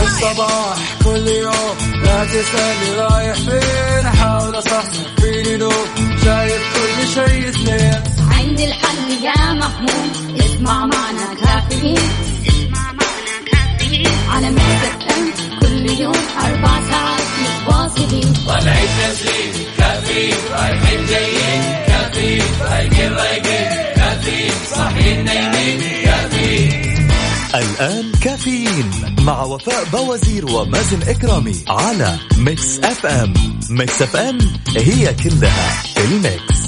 الصباح كل يوم لا تسألني رايح فين، أحاول أصحصح فيني لو شايف كل شيء سنين. عندي الحل يا محمود، اسمع معنا كافيين، على مكتب كل يوم 4 ساعات متواصلين. طلعت تسليم كافيين، رايحين جايين كافيين، رايقين رايقين كافيين، صاحيين نايمين كافيين. الآن كافيين مع وفاء بوازير ومازن إكرامي على ميكس اف ام. ميكس اف ام هي كلها الميكس.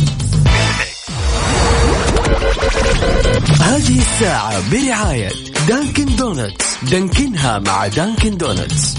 هذه الساعة برعاية دانكن دونتس، دانكنها مع دانكن دونتس.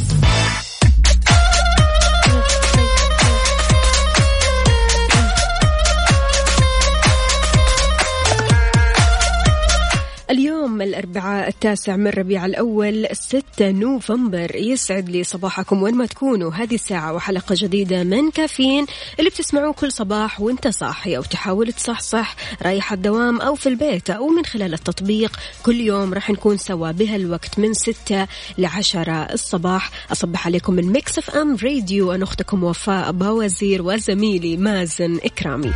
اليوم الأربعاء 9 من ربيع الأول 6 نوفمبر. يسعد لي صباحكم وين ما تكونوا. هذه الساعة وحلقة جديدة من كافيين اللي بتسمعوه كل صباح وانت صاحي أو تحاول تصحصح رايح الدوام أو في البيت أو من خلال التطبيق. كل يوم راح نكون سوا بهالوقت من 6 ل10 الصباح. أصبح عليكم من ميكس اف ام راديو، أنا أختكم وفاء بوازير وزميلي مازن إكرامي.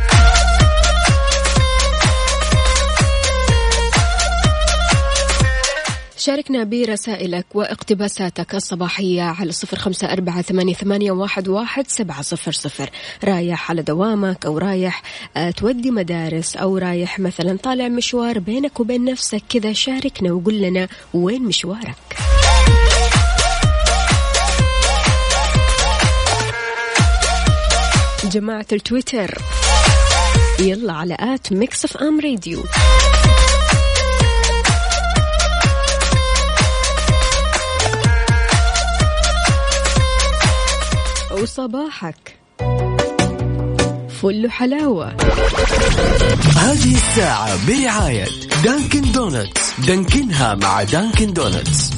شاركنا برسائلك واقتباساتك الصباحية على 0548811700. رايح على دوامك أو رايح تودي مدارس أو رايح مثلا طالع مشوار بينك وبين نفسك كذا، شاركنا وقول لنا وين مشوارك. جماعة التويتر يلا على @mixfmradio. وصباحك فل حلاوة. هذه الساعة برعاية دانكن دونتس، دانكنها مع دانكن دونتس.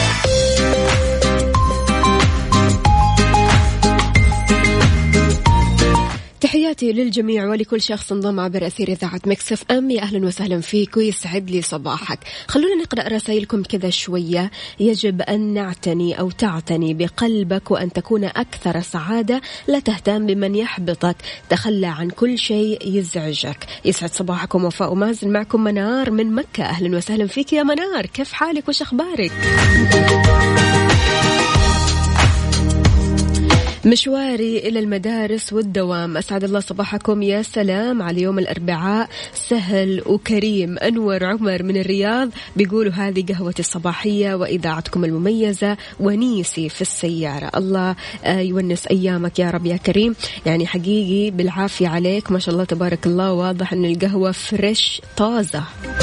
تحياتي للجميع ولكل شخص انضم عبر أثير إذاعة ميكس اف ام. يا أهلا وسهلا فيك ويسعد لي صباحك. خلونا نقرأ رسائلكم كذا شوية. يجب أن نعتني أو تعتني بقلبك وأن تكون أكثر سعادة، لا تهتم بمن يحبطك، تخلى عن كل شيء يزعجك. يسعد صباحكم وفاء ومازن، معكم منار من مكة. أهلا وسهلا فيك يا منار، كيف حالك وش أخبارك؟ مشواري إلى المدارس والدوام. أسعد الله صباحكم. يا سلام على يوم الأربعاء، سهل وكريم. أنور عمر من الرياض بيقولوا هذه قهوتي الصباحية وإذاعتكم المميزة ونيسي في السيارة. الله يونس أيامك يا رب يا كريم. يعني حقيقي بالعافية عليك، ما شاء الله تبارك الله، واضح أن القهوة فريش طازة.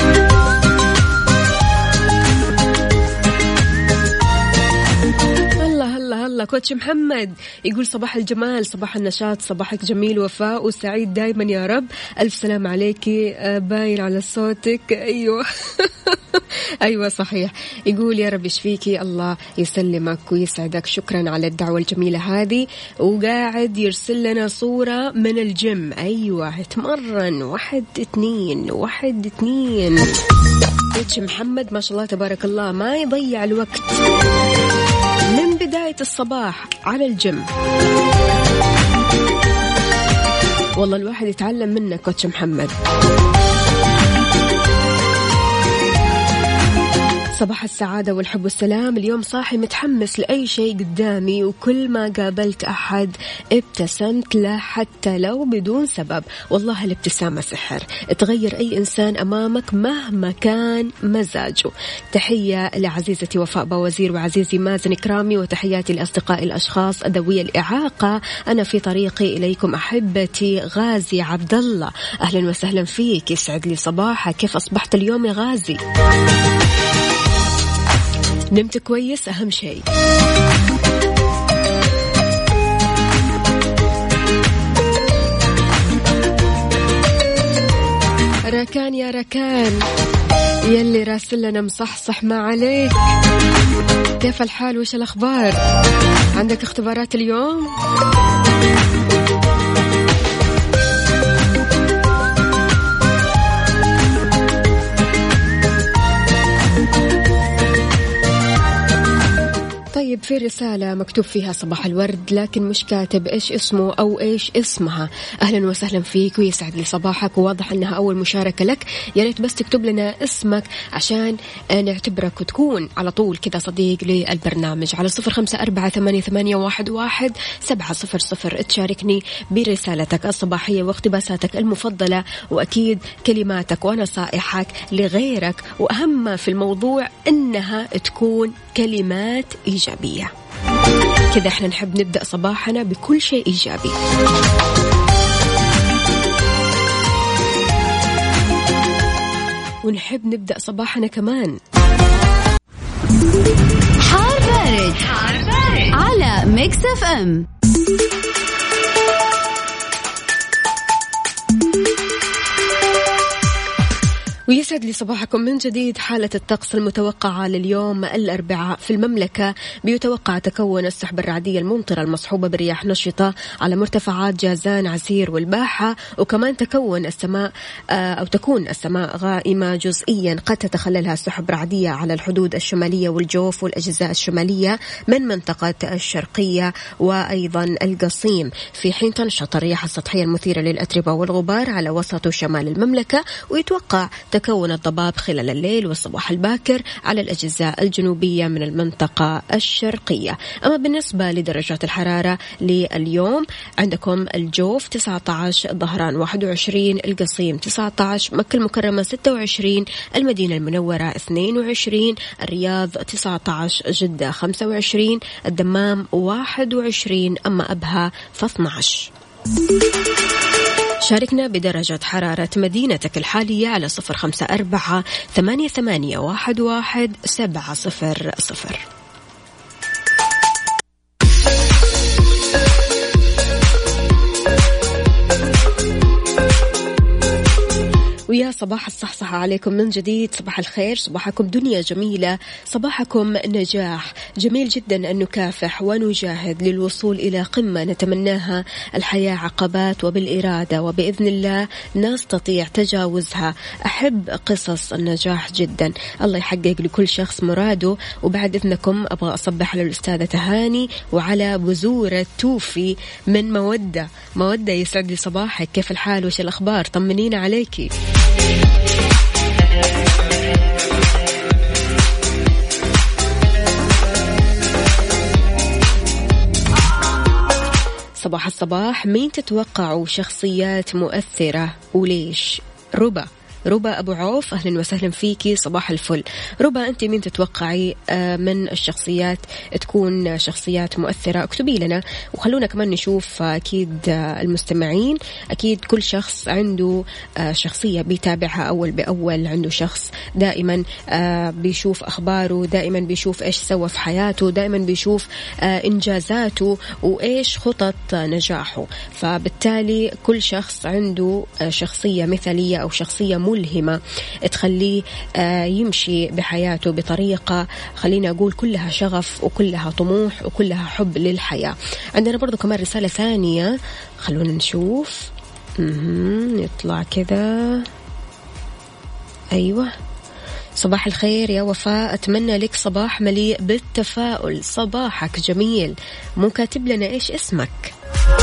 الله كوتش محمد يقول صباح الجمال، صباح النشاط، صباحك جميل وفاء وسعيد دايما يا رب. ألف سلام عليكي، باين على صوتك. أيوة أيوة صحيح. يقول يا رب يشفيكي، الله يسلمك ويسعدك. شكرا على الدعوة الجميلة هذه. وقاعد يرسل لنا صورة من الجيم. أيوة اتمرن 1 2 1 2. كوتش محمد ما شاء الله تبارك الله ما يضيع الوقت من بداية الصباح على الجيم. والله الواحد يتعلم منك كوتش محمد. صباح السعادة والحب والسلام. اليوم صاحي متحمس لأي شيء قدامي، وكل ما قابلت أحد ابتسمت له حتى لو بدون سبب. والله الابتسامة سحر، تغير أي إنسان أمامك مهما كان مزاجه. تحية لعزيزتي وفاء بوازير وعزيزي مازن إكرامي، وتحياتي لأصدقائي الأشخاص ذوي الإعاقة. أنا في طريقي إليكم أحبتي. غازي عبد الله أهلا وسهلا فيك، يسعد لي صباحك. كيف أصبحت اليوم يا غازي؟ نمت كويس أهم شيء. ركان يا ركان يلي راسل لنا مصحصح ما عليك، كيف الحال وش الأخبار؟ عندك اختبارات اليوم؟ طيب في رسالة مكتوب فيها صباح الورد لكن مش كاتب إيش اسمه أو إيش اسمها. أهلا وسهلا فيك ويسعد لي صباحك، وواضح أنها أول مشاركة لك. يا ريت بس تكتب لنا اسمك عشان نعتبرك وتكون على طول كذا صديق للبرنامج على 0548811700. تشاركني برسالتك الصباحية واقتباساتك المفضلة وأكيد كلماتك ونصائحك لغيرك، وأهم ما في الموضوع أنها تكون كلمات إيجابية. كذا احنا نحب نبدأ صباحنا بكل شيء إيجابي. ونحب نبدأ صباحنا كمان حار بارد على ميكس اف ام. ويسعد لي صباحكم من جديد. حالة الطقس المتوقعة لليوم الأربعاء في المملكة: بيتوقع تكون السحب الرعدية الممطرة المصحوبة برياح نشطة على مرتفعات جازان عسير والباحة، وكمان تكون السماء غائمة جزئيا قد تتخللها سحب رعدية على الحدود الشمالية والجوف والأجزاء الشمالية من منطقة الشرقية وأيضا القصيم، في حين تنشط الرياح السطحية المثيرة للأتربة والغبار على وسط وشمال المملكة. ويتوقع تكون الضباب خلال الليل والصباح الباكر على الأجزاء الجنوبية من المنطقة الشرقية. أما بالنسبة لدرجات الحرارة لليوم: عندكم الجوف 19، ظهران 21، القصيم 19، مكة المكرمة 26، المدينة المنورة 22، الرياض 19، جدة 25، الدمام 21، أما أبها ف12. شاركنا بدرجة حرارة مدينتك الحالية على 0548811700. ويا صباح الصحصحة عليكم من جديد. صباح الخير، صباحكم دنيا جميلة، صباحكم نجاح. جميل جدا أن نكافح ونجاهد للوصول إلى قمة نتمناها. الحياة عقبات وبالإرادة وبإذن الله نستطيع تجاوزها. أحب قصص النجاح جدا. الله يحقق لكل شخص مراده. وبعد إذنكم أبغى أصبح على الأستاذة تهاني وعلى بزورة توفي من مودة يسعد لي صباحك. كيف الحال وش الأخبار؟ طمنينا عليكي. صباح الصباح. مين تتوقعوا شخصيات مؤثرة وليش؟ ربا أبو عوف، أهلا وسهلا فيكي، صباح الفل. ربا، أنت مين تتوقعي من الشخصيات تكون شخصيات مؤثرة؟ اكتبي لنا وخلونا كمان نشوف. أكيد المستمعين أكيد كل شخص عنده شخصية بيتابعها أول بأول، عنده شخص دائما بيشوف أخباره، دائما بيشوف إيش سوى في حياته، دائما بيشوف إنجازاته وإيش خطط نجاحه. فبالتالي كل شخص عنده شخصية مثالية أو شخصية ملهمة تخليه يمشي بحياته بطريقة، خلينا أقول، كلها شغف وكلها طموح وكلها حب للحياة. عندنا برضو كمان رسالة ثانية، خلونا نشوف. يطلع كذا. أيوة، صباح الخير يا وفاء، أتمنى لك صباح مليء بالتفاؤل. صباحك جميل. مو كاتب لنا إيش اسمك؟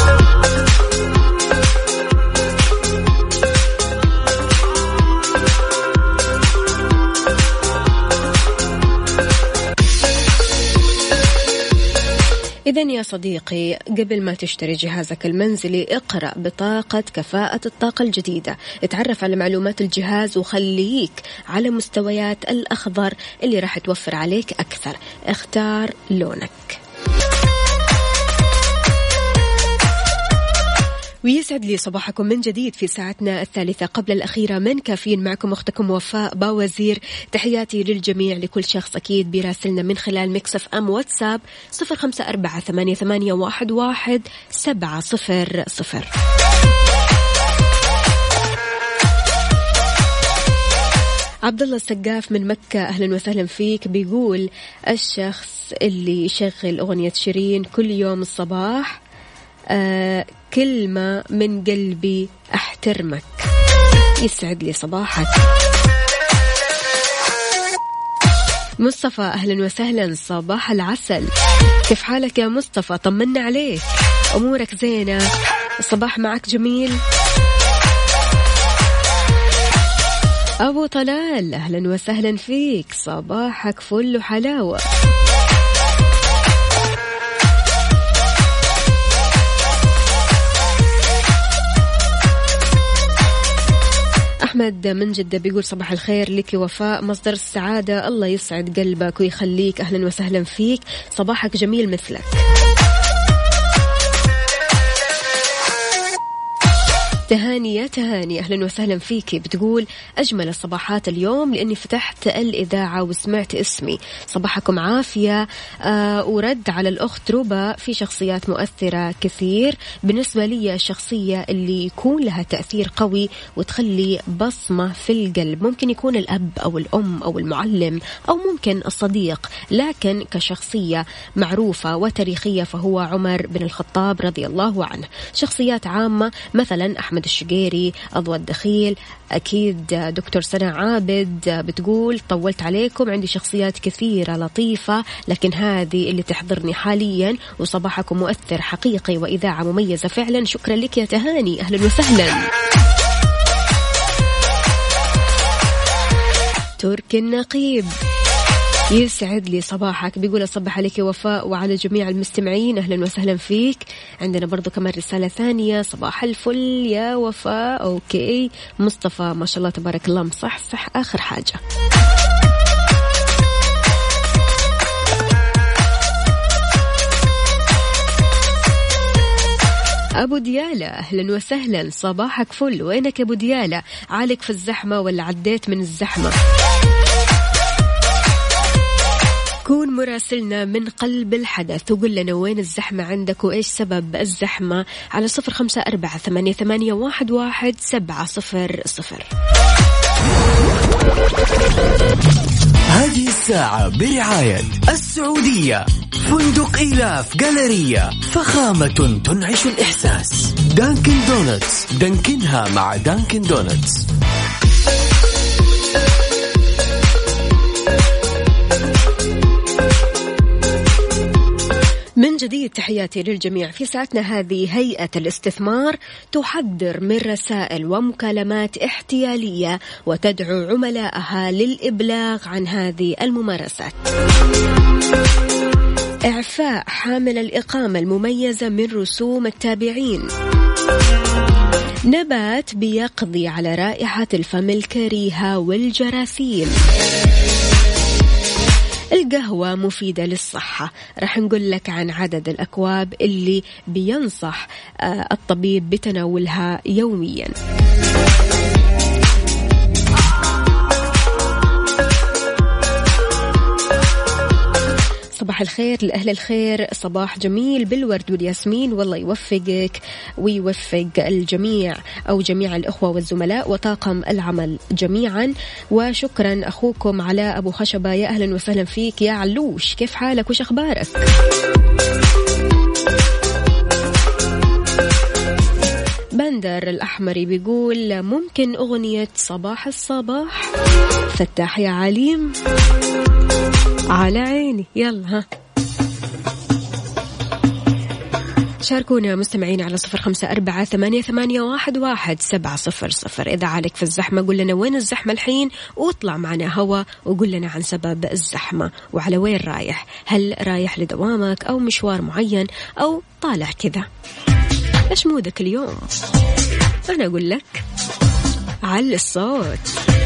إذن يا صديقي، قبل ما تشتري جهازك المنزلي اقرأ بطاقة كفاءة الطاقة الجديدة، اتعرف على معلومات الجهاز وخليك على مستويات الأخضر اللي راح توفر عليك أكثر. اختار لونك. ويسعد لي صباحكم من جديد في ساعتنا الثالثة قبل الأخيرة من كافيين. معكم أختكم وفاء باوزير. تحياتي للجميع، لكل شخص أكيد بيراسلنا من خلال ميكس اف ام واتساب 0548811700. عبد الله السقاف من مكة، أهلا وسهلا فيك. بيقول الشخص اللي يشغل أغنية شيرين كل يوم الصباح كلمة من قلبي أحترمك. يسعد لي صباحك. مصطفى أهلا وسهلا، صباح العسل، كيف حالك يا مصطفى؟ طمنا عليك، أمورك زينة؟ الصباح معك جميل. أبو طلال أهلا وسهلا فيك، صباحك فل وحلاوة. أحمد من جدة بيقول صباح الخير لك وفاء مصدر السعادة، الله يسعد قلبك ويخليك، أهلا وسهلا فيك، صباحك جميل مثلك. تهاني يا تهاني أهلا وسهلا فيكي، بتقول أجمل الصباحات اليوم لأني فتحت الإذاعة وسمعت اسمي، صباحكم عافية. ورد على الأخت روبا، في شخصيات مؤثرة كثير، بالنسبة لي الشخصية اللي يكون لها تأثير قوي وتخلي بصمة في القلب ممكن يكون الأب أو الأم أو المعلم أو ممكن الصديق، لكن كشخصية معروفة وتاريخية فهو عمر بن الخطاب رضي الله عنه. شخصيات عامة مثلا أحمد الشقيري، أضواء الدخيل، أكيد دكتور سنة عابد. بتقول طولت عليكم، عندي شخصيات كثيرة لطيفة لكن هذه اللي تحضرني حاليا، وصباحكم مؤثر حقيقي وإذاعة مميزة فعلا. شكرا لك يا تهاني، أهلا وسهلا. تركي النقيب يسعد لي صباحك، بيقول أصبح عليك وفاء وعلى جميع المستمعين، أهلا وسهلا فيك. عندنا برضو كمان رسالة ثانية، صباح الفل يا وفاء. أوكي مصطفى ما شاء الله تبارك الله مصحصح آخر حاجة. أبو ديالة أهلا وسهلا، صباحك فل، وينك يا أبو ديالة؟ عالك في الزحمة ولا عديت من الزحمة؟ كون مراسلنا من قلب الحدث وقل لنا وين الزحمة عندك وإيش سبب الزحمة على 0548811700. هذه الساعة برعاية السعودية، فندق إيلاف جالريا، فخامة تنعش الإحساس، دانكن دونتس، دانكنها مع دانكن دونتس. من جديد تحياتي للجميع. في ساعتنا هذه هيئة الاستثمار تحذر من رسائل ومكالمات احتيالية وتدعو عملائها للإبلاغ عن هذه الممارسات. إعفاء حامل الإقامة المميزة من رسوم التابعين. نبات بيقضي على رائحة الفم الكريهة والجراثيم. القهوة مفيدة للصحة، رح نقول لك عن عدد الأكواب اللي بينصح الطبيب بتناولها يوميا. صباح الخير لأهل الخير، صباح جميل بالورد والياسمين، والله يوفقك ويوفق الجميع أو جميع الأخوة والزملاء وطاقم العمل جميعا. وشكرا أخوكم علاء أبو خشبة، يا أهلا وسهلا فيك يا علوش، كيف حالك وش أخبارك؟ بندر الأحمري بيقول ممكن أغنية صباح الصباح فتاح يا عليم. على عيني، يلا ها شاركونا مستمعين على 0548811700. إذا عليك في الزحمة قل لنا وين الزحمة الحين واطلع معنا هوا وقل لنا عن سبب الزحمة وعلى وين رايح، هل رايح لدوامك أو مشوار معين أو طالع كذا؟ إيش مودك اليوم؟ أنا أقول لك على الصوت.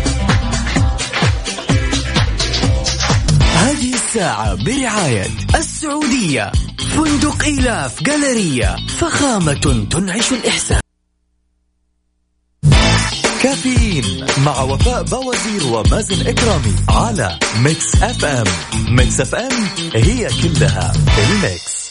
هذه الساعة برعاية السعودية، فندق إيلاف جالريا، فخامة تنعش الإحساس. كافيين مع وفاء بوازير ومازن إكرامي على ميكس اف ام. ميكس اف ام هي كلها الميكس.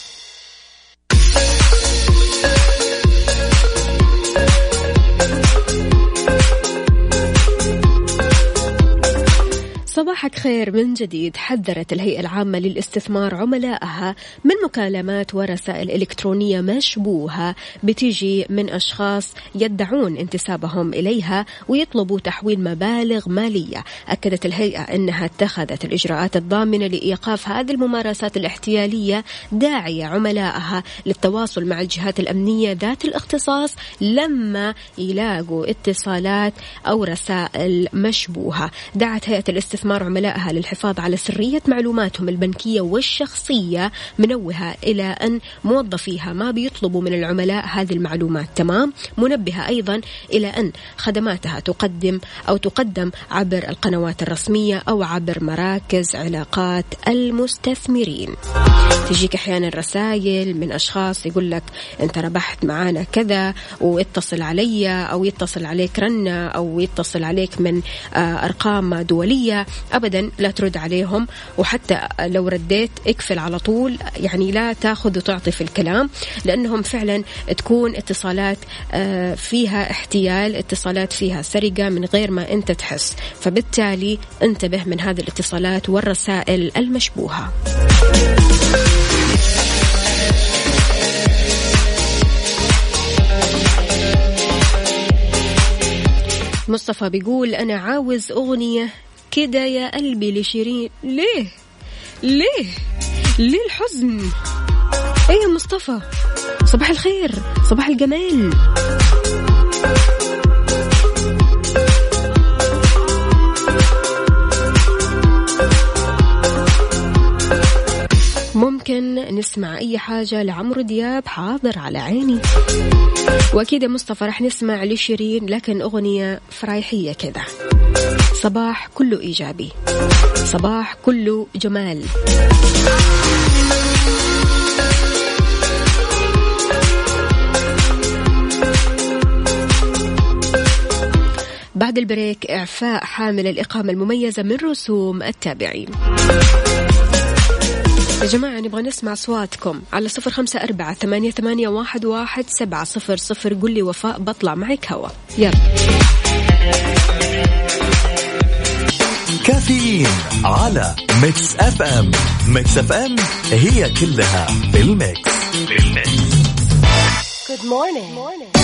صباحك الخير من جديد. حذرت الهيئة العامة للاستثمار عملائها من مكالمات ورسائل إلكترونية مشبوهة بتيجي من أشخاص يدعون انتسابهم إليها ويطلبوا تحويل مبالغ مالية. أكدت الهيئة أنها اتخذت الإجراءات الضامنة لإيقاف هذه الممارسات الاحتيالية، داعية عملائها للتواصل مع الجهات الأمنية ذات الاختصاص لما يلاقوا اتصالات أو رسائل مشبوهة. دعت هيئة الاستثمار عملائها للحفاظ على سرية معلوماتهم البنكية والشخصية، منوهة إلى أن موظفيها ما بيطلبوا من العملاء هذه المعلومات. تمام. منبهة أيضا إلى أن خدماتها تقدم عبر القنوات الرسمية أو عبر مراكز علاقات المستثمرين. تجيك أحيانا رسائل من أشخاص يقول لك أنت ربحت معانا كذا واتصل علي، أو يتصل عليك رنة، أو يتصل عليك من أرقام دولية. أبدا لا ترد عليهم، وحتى لو رديت اقفل على طول، يعني لا تاخذ وتعطي في الكلام، لأنهم فعلا تكون اتصالات فيها احتيال، اتصالات فيها سرقة من غير ما أنت تحس. فبالتالي انتبه من هذه الاتصالات والرسائل المشبوهة. مصطفى بيقول أنا عاوز أغنية كده يا قلبي لشيرين. ليه الحزن؟ ايه يا مصطفى، صباح الخير، صباح الجمال. ممكن نسمع أي حاجة لعمرو دياب؟ حاضر على عيني. وأكيد مصطفى رح نسمع لشيرين، لكن أغنية فرايحية كده. صباح كله إيجابي، صباح كله جمال. بعد البريك إعفاء حامل الإقامة المميزة من رسوم التابعين. يا جماعة نبغى نسمع أصواتكم على 0548811700. قل لي وفاء بطلع معك هوا. يلا. كافيين على ميكس اف ام. ميكس اف ام هي كلها بالميكس. Good morning.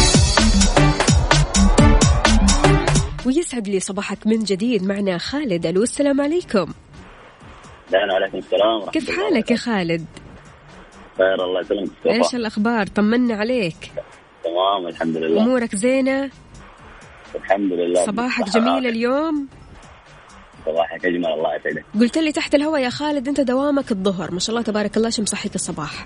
ويسعد لي صباحك من جديد. معنا خالد. ألو السلام عليكم. وعليكم السلام. كيف حالك يا خالد؟ خير الله يسلمك. ايش الأخبار؟ طمنا عليك. تمام الحمد لله. أمورك زينة؟ الحمد لله. صباحك جميل اليوم؟ صباحك أجمل الله يسعدك. قلت لي تحت الهواء يا خالد أنت دوامك الظهر، ما شاء الله تبارك الله، شو مصحيك الصباح؟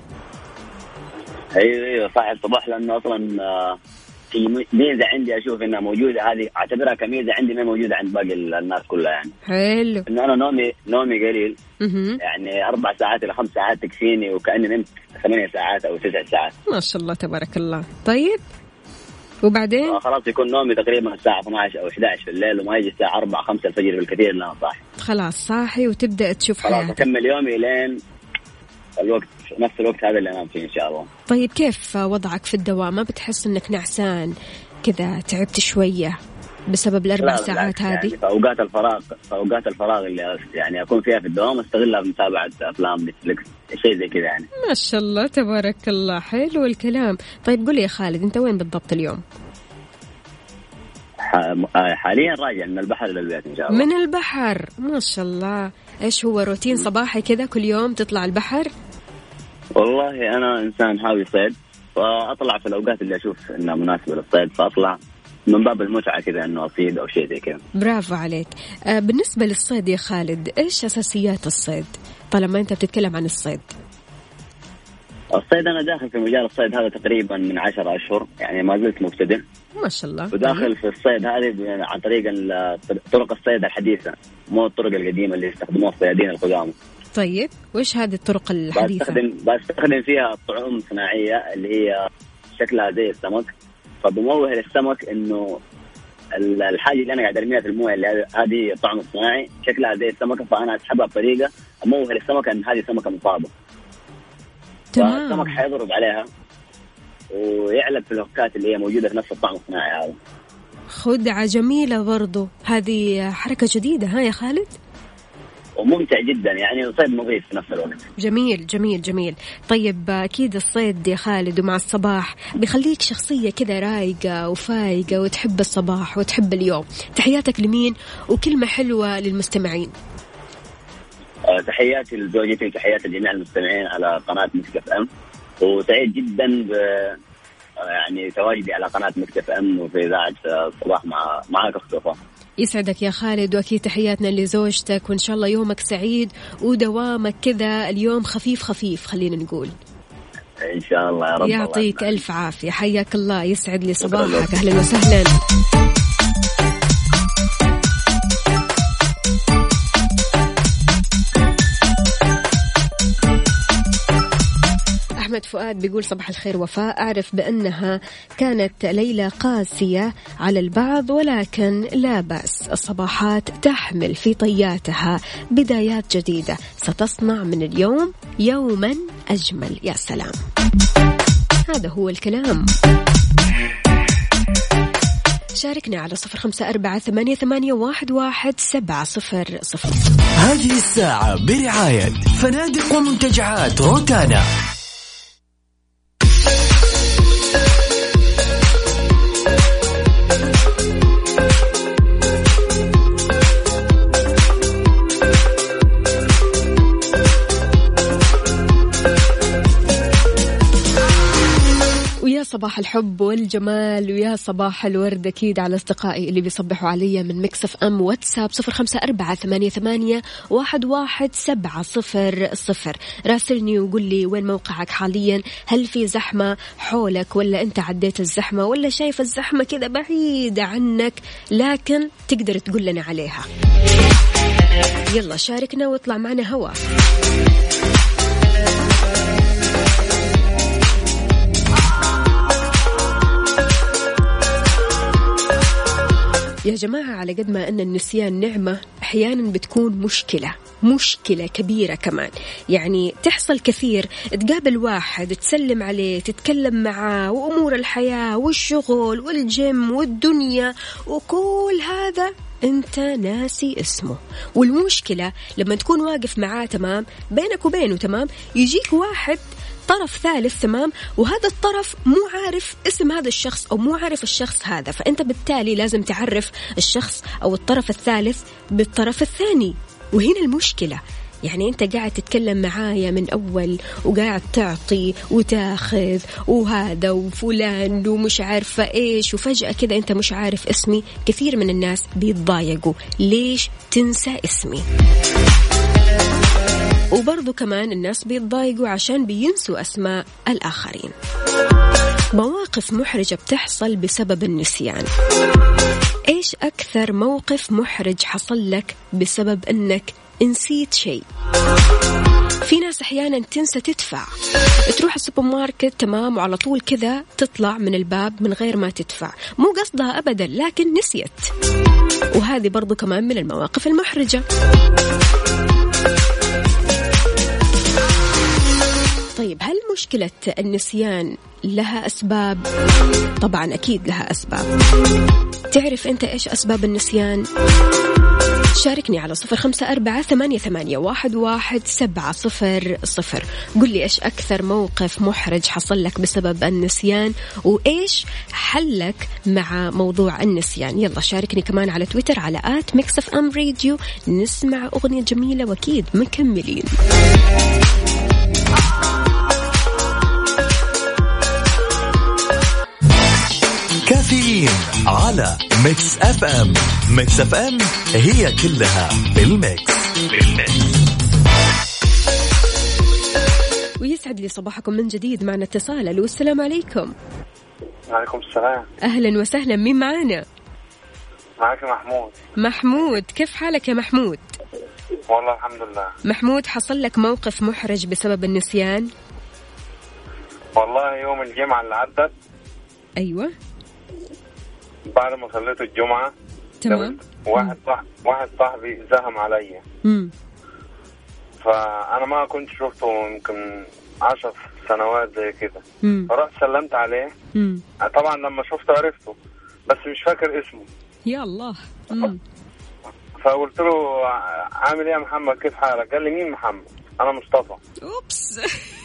ايوه صح الصباح، لأنه أصلا في ميزة عندي أشوف إنها موجودة، هذه أعتبرها كميزة عندي ما موجودة عند باقي الناس كلها. يعني حلو إنه أنا نومي قليل، يعني 4 ساعات إلى 5 ساعات تكفيني، وكأني نمت 8 ساعات أو 9 ساعات. ما شاء الله تبارك الله. طيب وبعدين؟ خلاص يكون نومي تقريبا الساعة 12 أو 11 في الليل، وما يجي الساعة 4-5 الفجر بالكثير اللي أنا صاحي. خلاص صاحي وتبدأ تشوف حياتك. خلاص أكمل يومي لين الوقت، نفس الوقت هذا اللي أنام فيه إن شاء الله. طيب كيف وضعك في الدوام؟ ما بتحس إنك نعسان كذا، تعبت شوية بسبب ال4 ساعات هذه؟ يعني في أوقات الفراغ اللي يعني أكون فيها في الدوام استغلها بمتابعة أفلام نتفليكس، شيء زي كذا يعني. ما شاء الله تبارك الله، حلو الكلام. طيب قل لي يا خالد أنت وين بالضبط اليوم؟ حاليا راجع من البحر للبيت إن شاء الله. من البحر، ما شاء الله. إيش هو روتين صباحي كذا كل يوم تطلع البحر؟ والله أنا إنسان حاوي صيد، فأطلع في الأوقات اللي أشوف إنها مناسبة للصيد، فأطلع من باب المتعة كذا إنه أصيد أو شيء زي كذا. برافو عليك. بالنسبة للصيد يا خالد، إيش أساسيات الصيد طالما أنت بتتكلم عن الصيد؟ الصيد أنا داخل في مجال الصيد هذا تقريبا من 10 أشهر، يعني ما زلت مبتدئ. ما شاء الله. وداخل في الصيد هذه عن طريق طرق الصيد الحديثة، مو الطرق القديمة اللي يستخدموها الصيادين القدامى. طيب وإيش هذه الطرق الحديثة؟ بستخدم فيها طعوم صناعية اللي هي شكلها زي السمك، فبموه للسمك إنه الحاجة اللي أنا قاعد أرميها في المويه اللي هذه الطعم الصناعي شكلها زي السمكة، فأنا أسحبها بطريقة أموه للسمكة إن هذه سمكة مصابة. تمام. فالسمك حيضرب عليها ويعلب في الهكات اللي هي موجودة في نفس الطعم الصناعي هذا. خدعة جميلة برضو، هذه حركة جديدة ها يا خالد؟ وممتع جدا يعني، وصيد نظيف في نفس الوقت. جميل جميل جميل. طيب أكيد الصيد يا خالد ومع الصباح بيخليك شخصية كذا رايقة وفايقة وتحب الصباح وتحب اليوم. تحياتك لمين وكلمة حلوة للمستمعين؟ تحياتي لزوجتي وتحياتي لجميع المستمعين على قناة ميكس اف ام، وسعيد جدا يعني تواجدي على قناة ميكس اف ام وفي إذاعة الصباح معك أخت وفاء. يسعدك يا خالد، وأكيد تحياتنا لزوجتك، وإن شاء الله يومك سعيد ودوامك كذا اليوم خفيف خفيف خلينا نقول. إن شاء الله يا رب. يعطيك ألف عافية، حياك الله، يسعد لي صباحك، أهلا وسهلا. أحمد فؤاد بيقول صباح الخير وفاء، أعرف بأنها كانت ليلة قاسية على البعض ولكن لا بأس، الصباحات تحمل في طياتها بدايات جديدة ستصنع من اليوم يوما أجمل. يا سلام، هذا هو الكلام. شاركنا على 0548811700. هذه الساعة برعاية فنادق ومنتجعات روتانا. صباح الحب والجمال ويا صباح الورد أكيد على أصدقائي اللي بيصبحوا علي من ميكس اف ام. واتساب 0548811700. راسلني وقول لي وين موقعك حاليا، هل في زحمة حولك ولا أنت عديت الزحمة ولا شايف الزحمة كذا بعيدة عنك لكن تقدر تقول لنا عليها. يلا شاركنا واطلع معنا هوا. يا جماعة على قد ما أن النسيان نعمة أحيانا بتكون مشكلة كبيرة كمان. يعني تحصل كثير، تقابل واحد تسلم عليه تتكلم معاه وأمور الحياة والشغل والجيم والدنيا وكل هذا أنت ناسي اسمه. والمشكلة لما تكون واقف معاه تمام بينك وبينه تمام، يجيك واحد طرف ثالث تمام، وهذا الطرف مو عارف اسم هذا الشخص أو مو عارف الشخص هذا، فأنت بالتالي لازم تعرف الشخص أو الطرف الثالث بالطرف الثاني. وهنا المشكلة، يعني أنت قاعد تتكلم معايا من أول وقاعد تعطي وتاخذ وهذا وفلان ومش عارفة إيش، وفجأة كذا أنت مش عارف اسمي. كثير من الناس بيتضايقوا، ليش تنسى اسمي؟ وبرضو كمان الناس بيتضايقوا عشان بينسوا أسماء الآخرين. مواقف محرجة بتحصل بسبب النسيان. إيش أكثر موقف محرج حصل لك بسبب أنك نسيت شيء؟ في ناس أحيانا تنسى تدفع، تروح السوبر ماركت تمام وعلى طول كذا تطلع من الباب من غير ما تدفع، مو قصدها أبدا لكن نسيت، وهذه برضو كمان من المواقف المحرجة. طيب هل مشكلة النسيان لها أسباب؟ طبعا أكيد لها أسباب. تعرف أنت إيش أسباب النسيان؟ شاركني على 0548811700. قل لي إيش أكثر موقف محرج حصل لك بسبب النسيان وإيش حلك مع موضوع النسيان. يلا شاركني كمان على تويتر على @mixfmradio. نسمع أغنية جميلة وأكيد مكملين. كافيين على ميكس اف ام. ميكس اف ام هي كلها بالميكس. ويسعد لي صباحكم من جديد. معنا اتصال. الو السلام عليكم. وعليكم السلام. اهلا وسهلا، مين معانا؟ معك محمود. كيف حالك يا محمود؟ والله الحمد لله. محمود، حصل لك موقف محرج بسبب النسيان؟ والله يوم الجمعة اللي عدت، ايوه، بعد ما صليت الجمعة تمام، واحد صاحبي زهم علي. فأنا ما كنت شفته يمكن 10 سنوات زي كده. فرحت سلمت عليه. طبعا لما شفته عرفته بس مش فاكر اسمه. يا الله. فقلت له عامل ايه يا محمد كيف حالك؟ قال لي مين محمد؟ انا مصطفى. اوبس.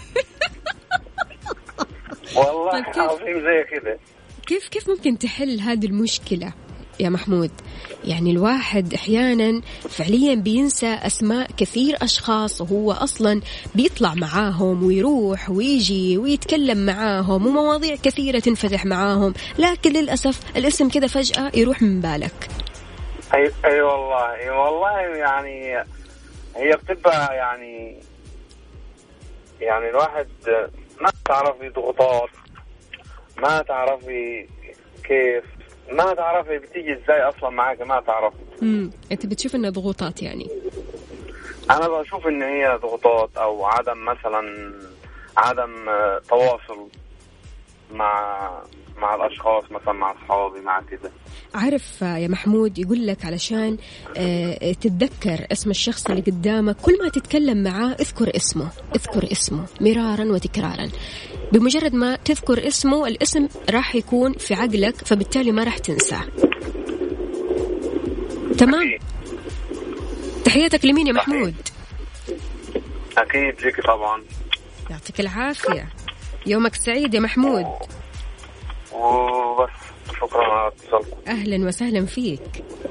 والله عظيم زي كده. كيف ممكن تحل هذه المشكلة يا محمود؟ يعني الواحد أحيانا فعليا بينسى أسماء كثير أشخاص وهو أصلا بيطلع معاهم ويروح ويجي ويتكلم معاهم ومواضيع كثيرة تنفتح معاهم، لكن للأسف الاسم كده فجأة يروح من بالك. أي والله يعني هي بتبقى يعني الواحد ما تعرفي ضغوطات، ما تعرفي كيف، ما تعرفي بتيجي ازاي اصلا معاك، ما تعرفي. انت بتشوف انها ضغوطات؟ يعني انا بشوف ان هي ضغوطات او عدم تواصل مع الاشخاص، مثلا مع اصحابي مع كده. عارف يا محمود، يقول لك علشان تتذكر اسم الشخص اللي قدامك، كل ما تتكلم معاه اذكر اسمه مرارا وتكرارا. بمجرد ما تذكر اسمه الاسم راح يكون في عقلك، فبالتالي ما راح تنساه. تمام. تحياتك لمين يا محمود؟ أكيد لك طبعا. يعطيك العافية، يومك سعيد يا محمود. وبس، شكرا على اتصالكم. أهلا وسهلا فيك.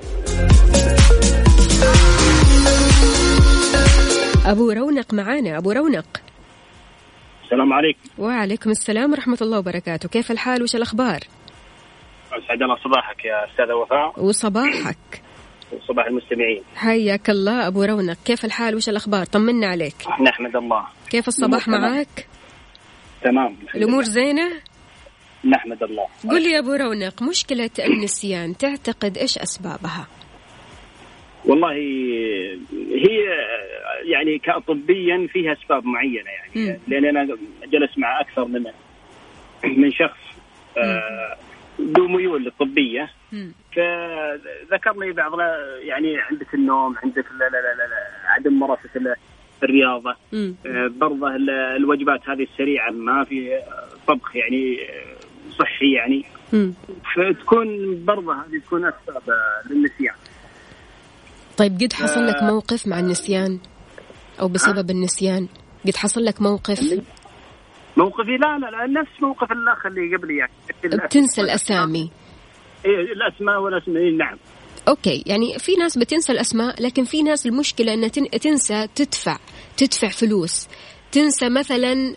أبو رونق معانا. أبو رونق، السلام عليكم. وعليكم السلام ورحمة الله وبركاته. كيف الحال وش الأخبار؟ أسعد الله صباحك يا أستاذة وفاء. وصباحك وصباح المستمعين. حياك الله أبو رونق، كيف الحال وش الأخبار؟ طمنا عليك. نحمد الله. كيف الصباح معك؟ تمام، الأمور زينة؟ نحمد الله. قل لي يا أبو رونق، مشكلة النسيان تعتقد إيش أسبابها؟ والله هي يعني كطبيا فيها أسباب معينة يعني لأن أنا جلس مع أكثر من شخص ذو ميول الطبية، فذكر لي بعض يعني عندك النوم، عندك عدم ممارسة الرياضة، برضه الوجبات هذه السريعة، ما في طبخ يعني صحي يعني، فتكون برضه هذه تكون أسباب للنسيان. طيب قد حصل لك موقف مع النسيان أو بسبب النسيان؟ قد حصل لك موقفي؟ لا نفس موقف الأخ اللي قبلي يعني. بتنسى الأسامي؟ الأسماء والأسماء. نعم. أوكي، يعني في ناس بتنسى الأسماء، لكن في ناس المشكلة أن تنسى تدفع فلوس، تنسى مثلا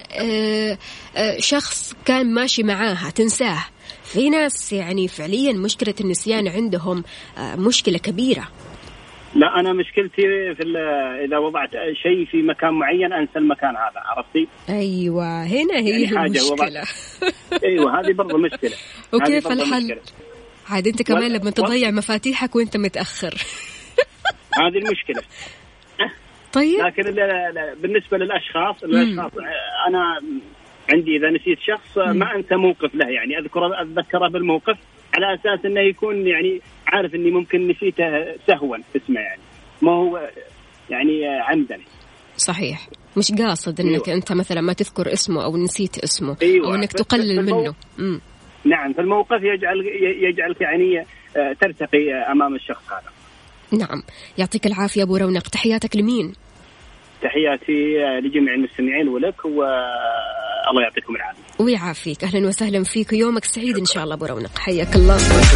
شخص كان ماشي معاها تنساه. في ناس يعني فعليا مشكلة النسيان عندهم مشكلة كبيرة. لا أنا مشكلتي إذا وضعت شيء في مكان معين أنسى المكان هذا، عرفتي؟ أيوة، هنا هي يعني المشكلة. أيوة، هذه برضه مشكلة. وكيف الحل؟ عاد أنت كمان لما تضيع مفاتيحك وأنت متأخر. هذه المشكلة. طيب. لكن بالنسبة للأشخاص أنا عندي إذا نسيت شخص ما أنسى موقف له، يعني أتذكره بالموقف على أساس أنه يكون يعني عارف أني ممكن نسيته سهوا اسمه، يعني ما هو يعني عمدا. صحيك، مش قاصد أنك أنت مثلا ما تذكر اسمه أو نسيت اسمه. أو أنك تقلل منه. نعم، فالموقف يجعلك يعني ترتقي أمام الشخص هذا. نعم، يعطيك العافية أبو رونق. تحياتك لمين؟ تحياتي لجميع المستمعين ولك، والله يعطيكم العافية ويعافيك. أهلا وسهلا فيك، يومك سعيد إن شاء الله أبو رونق، حياك الله.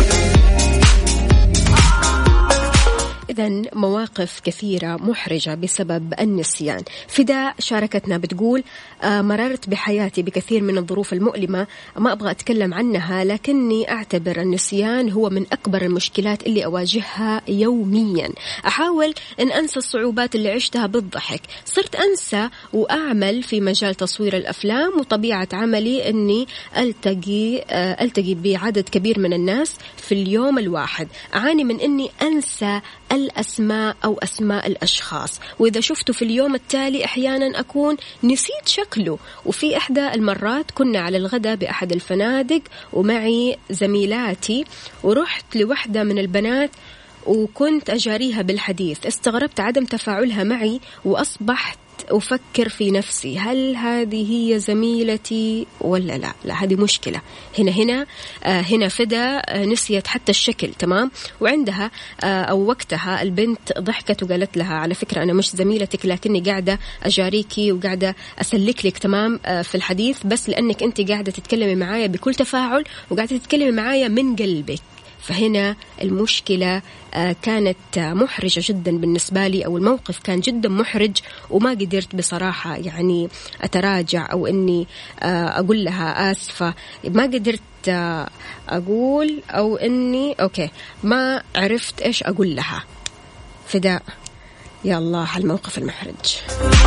إذن مواقف كثيرة محرجة بسبب النسيان. فداء شاركتنا بتقول مررت بحياتي بكثير من الظروف المؤلمة ما أبغى أتكلم عنها، لكني أعتبر النسيان هو من أكبر المشكلات اللي أواجهها يوميا. أحاول أن أنسى الصعوبات اللي عشتها بالضحك، صرت أنسى وأعمل في مجال تصوير الأفلام، وطبيعة عملي أني ألتقي بعدد كبير من الناس في اليوم الواحد. أعاني من أني أنسى الأسماء أو أسماء الأشخاص، وإذا شفته في اليوم التالي أحيانا أكون نسيت شكله. وفي إحدى المرات كنا على الغداء بأحد الفنادق ومعي زميلاتي، ورحت لوحدة من البنات وكنت أجاريها بالحديث، استغربت عدم تفاعلها معي وأصبحت أفكر في نفسي هل هذه هي زميلتي ولا لا. لا هذه مشكلة. هنا فدا نسيت حتى الشكل تمام، وعندها أو وقتها البنت ضحكت وقالت لها على فكرة أنا مش زميلتك لكني قاعدة أجاريكي وقاعدة أسلك لك تمام في الحديث، بس لأنك أنت قاعدة تتكلمي معايا بكل تفاعل وقاعدة تتكلمي معايا من قلبك. فهنا المشكلة كانت محرجة جدا بالنسبة لي، أو الموقف كان جدا محرج وما قدرت بصراحة يعني أتراجع أو أني أقول لها آسفة. ما قدرت أقول أو أني أوكي ما عرفت إيش أقول لها. فداء يا الله على الموقف المحرج.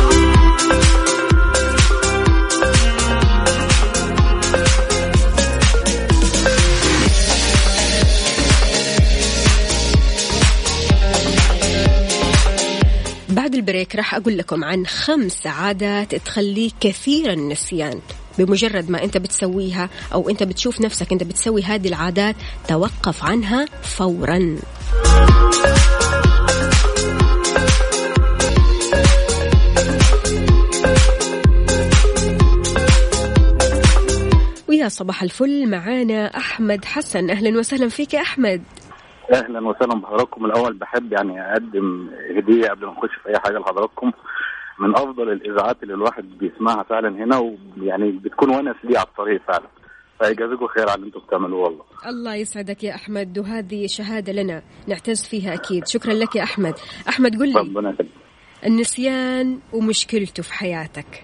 بعد البريك راح أقول لكم عن 5 عادات تخليك كثير النسيان. بمجرد ما أنت بتسويها أو أنت بتشوف نفسك أنت بتسوي هذه العادات توقف عنها فورا. ويا صباح الفل، معانا أحمد حسن. أهلا وسهلا فيك يا أحمد. اهلا وسهلا بحضراتكم. الاول بحب يعني اقدم هديه قبل ما نخش في اي حاجه لحضراتكم من افضل الاذاعات اللي الواحد بيسمعها فعلا هنا، ويعني بتكون ونس ليه على الطريق فعلا. فيجازيكم خير على اللي انتم بتعملوه والله. الله يسعدك يا احمد، وهذه شهاده لنا نعتز فيها اكيد. شكرا لك يا احمد. احمد قل لي النسيان ومشكلته في حياتك.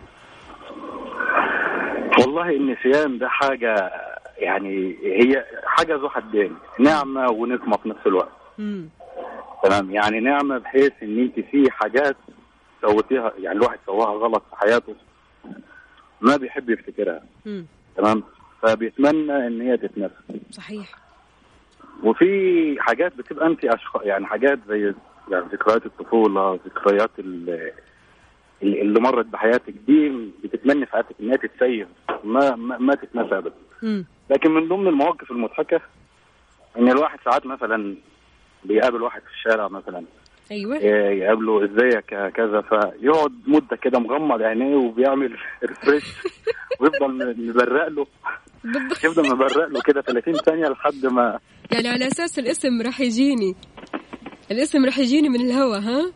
والله النسيان ده حاجه يعني هي حاجة ذو حدين، نعمة ونقمة في نفس الوقت. تمام، يعني نعمة بحيث ان انت في حاجات سويتيها، يعني الواحد سواها غلط في حياته ما بيحب يفتكرها. تمام، فبيتمنى ان هي تتنسى. صحيح. وفي حاجات بتبقى انت يعني حاجات زي يعني ذكريات الطفولة، ذكريات اللي مرت بحياتك دي بتتمنى في حياتك انها تتسيب ما تتنسى ابدا. لكن من ضمن المواقف المضحكة ان الواحد ساعات مثلا بيقابل واحد في الشارع مثلا، ايوه يقابله ازيك كذا، فيقعد مدة كده مغمض عينيه وبيعمل ريفريش ويفضل مبرق له يفضل مبرق له كده 30 ثانية لحد ما يعني على اساس الاسم راح يجيني من الهوا. ها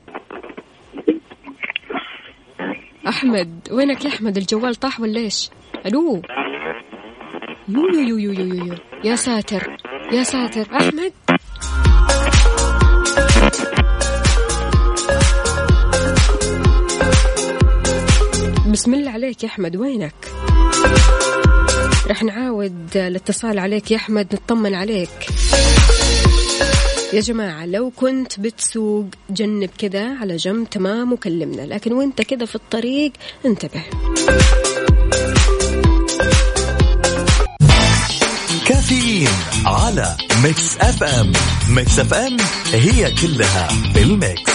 احمد وينك يا احمد؟ الجوال طاح ولا ايش؟ الو يو يا ساتر يا ساتر. أحمد بسم الله عليك يا أحمد، وينك؟ رح نعاود الاتصال عليك يا أحمد، نطمن عليك. يا جماعة لو كنت بتسوق جنب كذا على جنب تمام وكلمنا، لكن وانت كذا في الطريق انتبه. كافيين على ميكس اف ام. ميكس اف ام هي كلها بالميكس.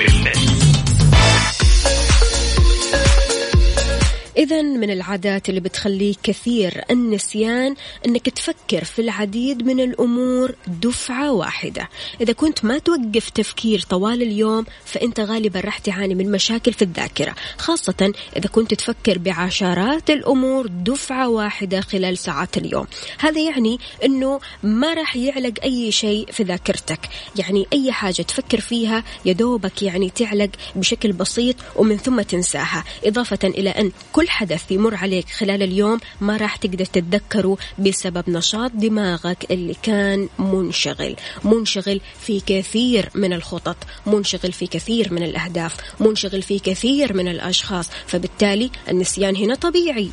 إذن من العادات اللي بتخليك كثير النسيان أنك تفكر في العديد من الأمور دفعة واحدة. إذا كنت ما توقف تفكير طوال اليوم فأنت غالبا راح تعاني من مشاكل في الذاكرة، خاصة إذا كنت تفكر بعشرات الأمور دفعة واحدة خلال ساعات اليوم. هذا يعني أنه ما راح يعلق أي شيء في ذاكرتك، يعني أي حاجة تفكر فيها يدوبك يعني تعلق بشكل بسيط ومن ثم تنساها، إضافة إلى أن كل حدث يمر عليك خلال اليوم ما راح تقدر تتذكره بسبب نشاط دماغك اللي كان منشغل في كثير من الخطط، منشغل في كثير من الأهداف، منشغل في كثير من الأشخاص، فبالتالي النسيان هنا طبيعي.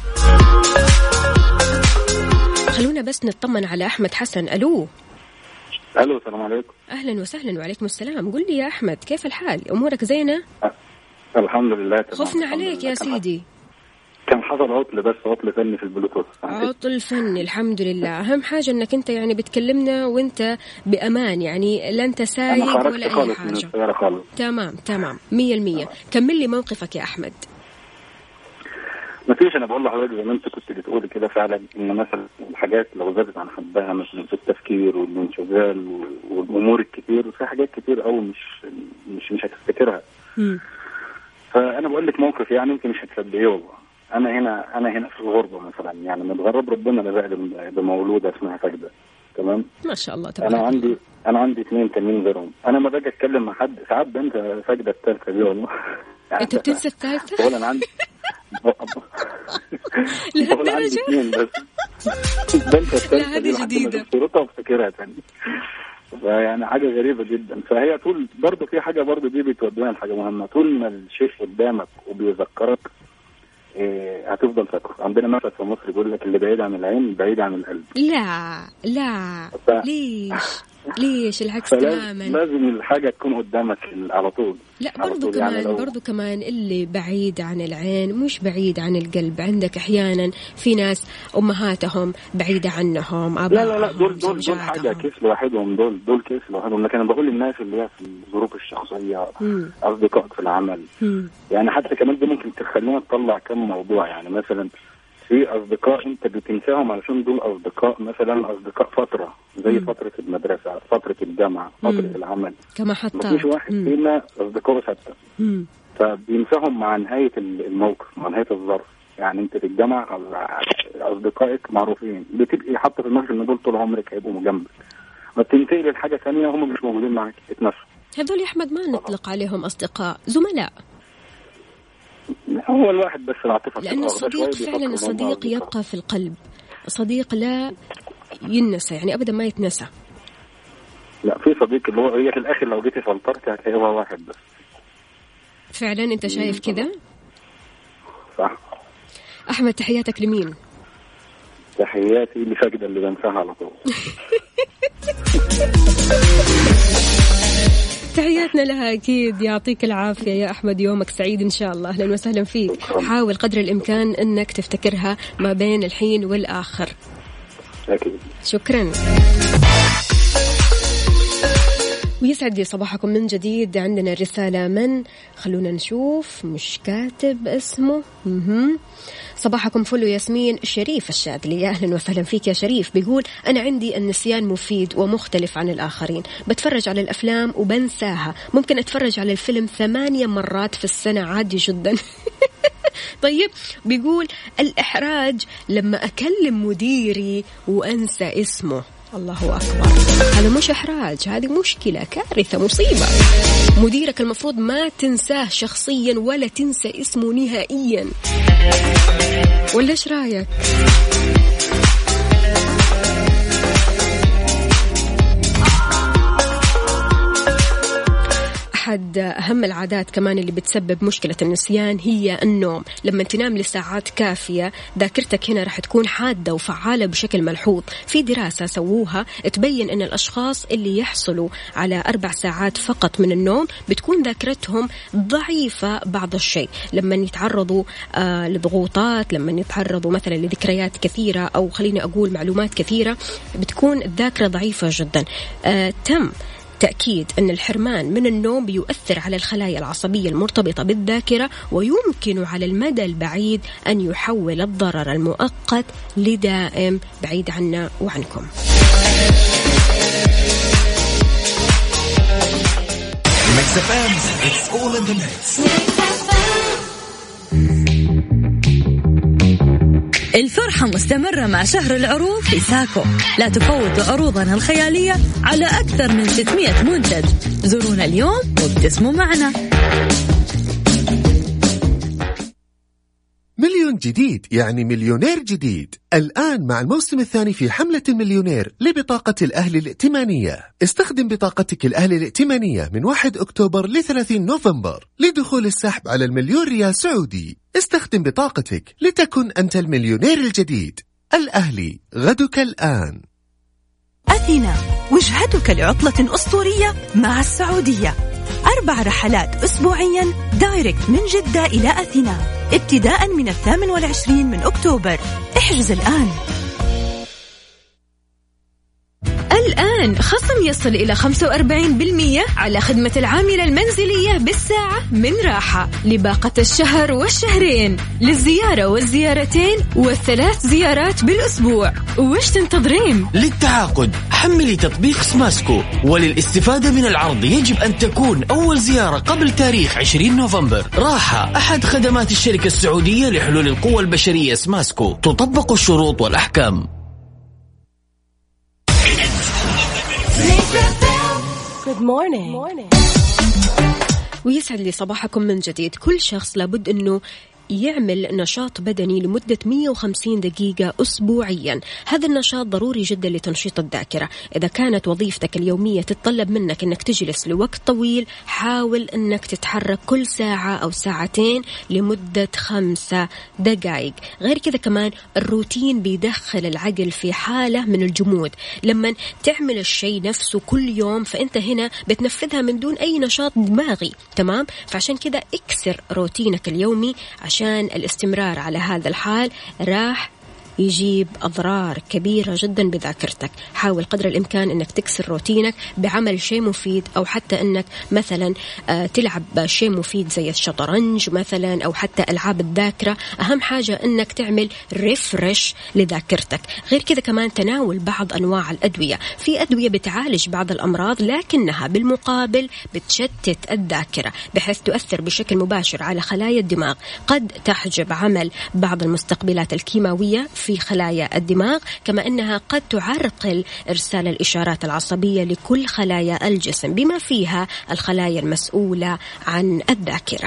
خلونا بس نطمن على أحمد حسن. ألو السلام عليكم. أهلا وسهلا. وعليكم السلام. قل لي يا أحمد كيف الحال؟ أمورك زينة؟ الحمد لله تمام. خفنا عليك يا سيدي. كان حصل عطل فني في البلوتوث. عطل فني الحمد لله. أهم حاجة أنك أنت يعني بتكلمنا وأنت بأمان، يعني لا أنت سايق ولا أي حاجة. تمام 100%. كمل لي موقفك يا أحمد. ما فيش، أنا بقول لحضرتك زي ما أنت كنت بتقولي كده فعلا، إن مثلا الحاجات لو زادت عن حدها مثلا في التفكير والانشغال والأمور الكتير، وفي حاجات كتير أوي مش هتفتكرها. فانا بقول لك موقف يعني يمكن مش هتصدقيه والله. انا هنا في الغربه مثلا، يعني متغرب، ربنا رزقني بمولوده اسمها سجده. تمام ما شاء الله تبارك. انا عندي 2 تانيين غيرهم. انا ما باجي اتكلم مع حد ساعات بنسى سجده الثالثه دي والله. يعني انت بتنسى الثالثه؟ بقول انا عندي لهالدرجه بس بنسى الثالثه دي جديده صورتها وافتكرها تاني. يعني حاجه غريبه جدا. فهي طول برضه في حاجه برضه دي بتودينا لحاجه مهمه، طول ما الشيء قدامك وبيذكرك هتفضل فاكره. عندنا مثل في مصر بيقول لك اللي بعيد عن العين بعيد عن القلب. لا ليش العكس تماما. لازم الحاجة تكون قدامك على طول. لا برضو كمان اللي بعيد عن العين مش بعيد عن القلب. عندك أحيانا في ناس أمهاتهم بعيدة عنهم، لا دول حاجة كيس لوحدهم، دول كيس لوحدهم. لكن أنا بقول للناس اللي هي في الظروف الشخصية، أصدقائك في العمل، يعني حتى كمان دي ممكن تخلينا نطلع كم موضوع. يعني مثلا في أصدقاء أنت بتنساهم علشان دول أصدقاء، مثلا أصدقاء فترة زي فترة المدرسة، فترة الجامعة، فترة العمل. كما حتى مفيش واحد فينا أصدقائه ثابتة، فبينساهم مع نهاية الموقف، مع نهاية الظرف. يعني أنت في الجامعة أصدقائك معروفين، بتبقي حاطة في دماغك إن دول طول عمرك هيبقوا جنبك. ما بتنتقل لحاجة ثانية هم مش موجودين معك، اتنسوا. هذول يا أحمد ما نطلق عليهم أصدقاء، زملاء. هو الواحد بس العاطفة، لأن الصديق فعلا الصديق يبقى في القلب. الصديق لا ينسى، يعني أبدا ما يتنسى. لا في صديق اللي هو في الآخر لو جيتي فلترت هتلاقيه هو واحد بس. فعلا أنت شايف كذا؟ صح. أحمد تحياتك لمين؟ تحياتي لسجدة اللي بنساها على طول. تحياتنا لها أكيد. يعطيك العافية يا أحمد، يومك سعيد إن شاء الله. أهلا وسهلا فيك. حاول قدر الإمكان أنك تفتكرها ما بين الحين والآخر. أكيد. شكرا. ويسعد لي صباحكم من جديد. عندنا رسالة من، خلونا نشوف، مش كاتب اسمه. صباحكم فل ياسمين. شريف الشاذلي، أهلا وسهلا فيك يا شريف. بيقول أنا عندي النسيان مفيد ومختلف عن الآخرين. بتفرج على الأفلام وبنساها، ممكن أتفرج على الفيلم 8 مرات في السنة عادي جدا. طيب بيقول الإحراج لما أكلم مديري وأنسى اسمه. الله أكبر، هذا مش إحراج، هذه مشكلة، كارثة، مصيبة. مديرك المفروض ما تنساه شخصيا ولا تنسى اسمه نهائيا. ولا إيش رأيك؟ أحد أهم العادات كمان اللي بتسبب مشكلة النسيان هي النوم. لما تنام لساعات كافية ذاكرتك هنا رح تكون حادة وفعالة بشكل ملحوظ. في دراسة سووها تبين أن الأشخاص اللي يحصلوا على 4 ساعات فقط من النوم بتكون ذاكرتهم ضعيفة بعض الشيء. لما يتعرضوا لضغوطات، لما يتعرضوا مثلا لذكريات كثيرة، أو خليني أقول معلومات كثيرة، بتكون الذاكرة ضعيفة جدا. تم تأكيد أن الحرمان من النوم بيؤثر على الخلايا العصبية المرتبطة بالذاكرة، ويمكن على المدى البعيد أن يحول الضرر المؤقت لدائم بعيد عنا وعنكم. الفرحة مستمرة مع شهر العروض في ساكو. لا تفوتوا عروضنا الخيالية على أكثر من 600 منتج. زورونا اليوم وابتسموا معنا. مليون جديد يعني مليونير جديد. الآن مع الموسم الثاني في حملة المليونير لبطاقة الأهل الائتمانية. استخدم بطاقتك الأهل الائتمانية من 1 أكتوبر ل 30 نوفمبر لدخول السحب على ال1,000,000 ريال سعودي. استخدم بطاقتك لتكن أنت المليونير الجديد. الأهلي، غدك الآن. أثينا، وجهتك لعطلة أسطورية مع السعودية. 4 رحلات أسبوعيا دايركت من جدة إلى أثينا ابتداء من 28 من أكتوبر. احجز الآن. الآن خصم يصل إلى 45% على خدمة العاملة المنزلية بالساعة من راحة لباقة الشهر والشهرين، للزيارة والزيارتين و3 زيارات بالأسبوع. وش تنتظرين؟ للتعاقد حملي تطبيق سماسكو، وللاستفادة من العرض يجب أن تكون أول زيارة قبل تاريخ 20 نوفمبر. راحة أحد خدمات الشركة السعودية لحلول القوى البشرية سماسكو، تطبق الشروط والأحكام. Good morning. ويسعد لي صباحكم من جديد. كل شخص لابد أنه يعمل نشاط بدني لمدة 150 دقيقة أسبوعيا. هذا النشاط ضروري جدا لتنشيط الذاكرة. إذا كانت وظيفتك اليومية تتطلب منك أنك تجلس لوقت طويل، حاول أنك تتحرك كل ساعة أو ساعتين لمدة 5 دقائق. غير كذا كمان الروتين بيدخل العقل في حالة من الجمود. لما تعمل الشيء نفسه كل يوم فأنت هنا بتنفذها من دون أي نشاط دماغي، تمام؟ فعشان كذا اكسر روتينك اليومي، عشان الاستمرار على هذا الحال راح يجيب أضرار كبيرة جدا بذاكرتك. حاول قدر الإمكان أنك تكسر روتينك بعمل شيء مفيد، أو حتى أنك مثلا تلعب شيء مفيد زي الشطرنج مثلا، أو حتى ألعاب الذاكرة. أهم حاجة أنك تعمل ريفرش لذاكرتك. غير كذا كمان تناول بعض أنواع الأدوية. في أدوية بتعالج بعض الأمراض لكنها بالمقابل بتشتت الذاكرة بحيث تؤثر بشكل مباشر على خلايا الدماغ. قد تحجب عمل بعض المستقبلات الكيماوية في خلايا الدماغ، كما أنها قد تعرقل إرسال الإشارات العصبية لكل خلايا الجسم بما فيها الخلايا المسؤولة عن الذاكرة.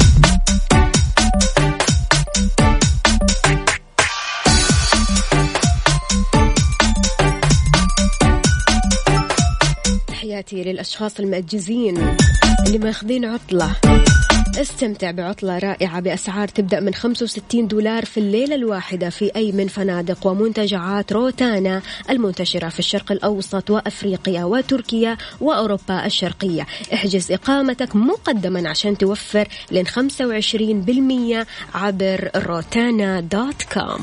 تحياتي للأشخاص المأجزين اللي ماخذين عطلة. استمتع بعطلة رائعة بأسعار تبدأ من $65 في الليلة الواحدة في أي من فنادق ومنتجعات روتانا المنتشرة في الشرق الأوسط وأفريقيا وتركيا وأوروبا الشرقية. احجز إقامتك مقدما عشان توفر لين 25% عبر rotana.com.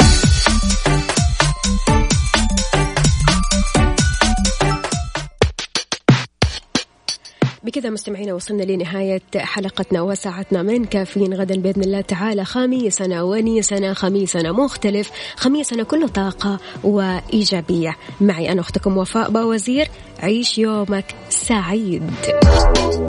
بكذا مستمعينا وصلنا لنهاية حلقتنا وساعتنا من كافيين. غدا بإذن الله تعالى خميسنا ونيسنا، خميسنا مختلف، خميسنا كله طاقة وإيجابية. معي أنا أختكم وفاء باوزير. عيش يومك سعيد.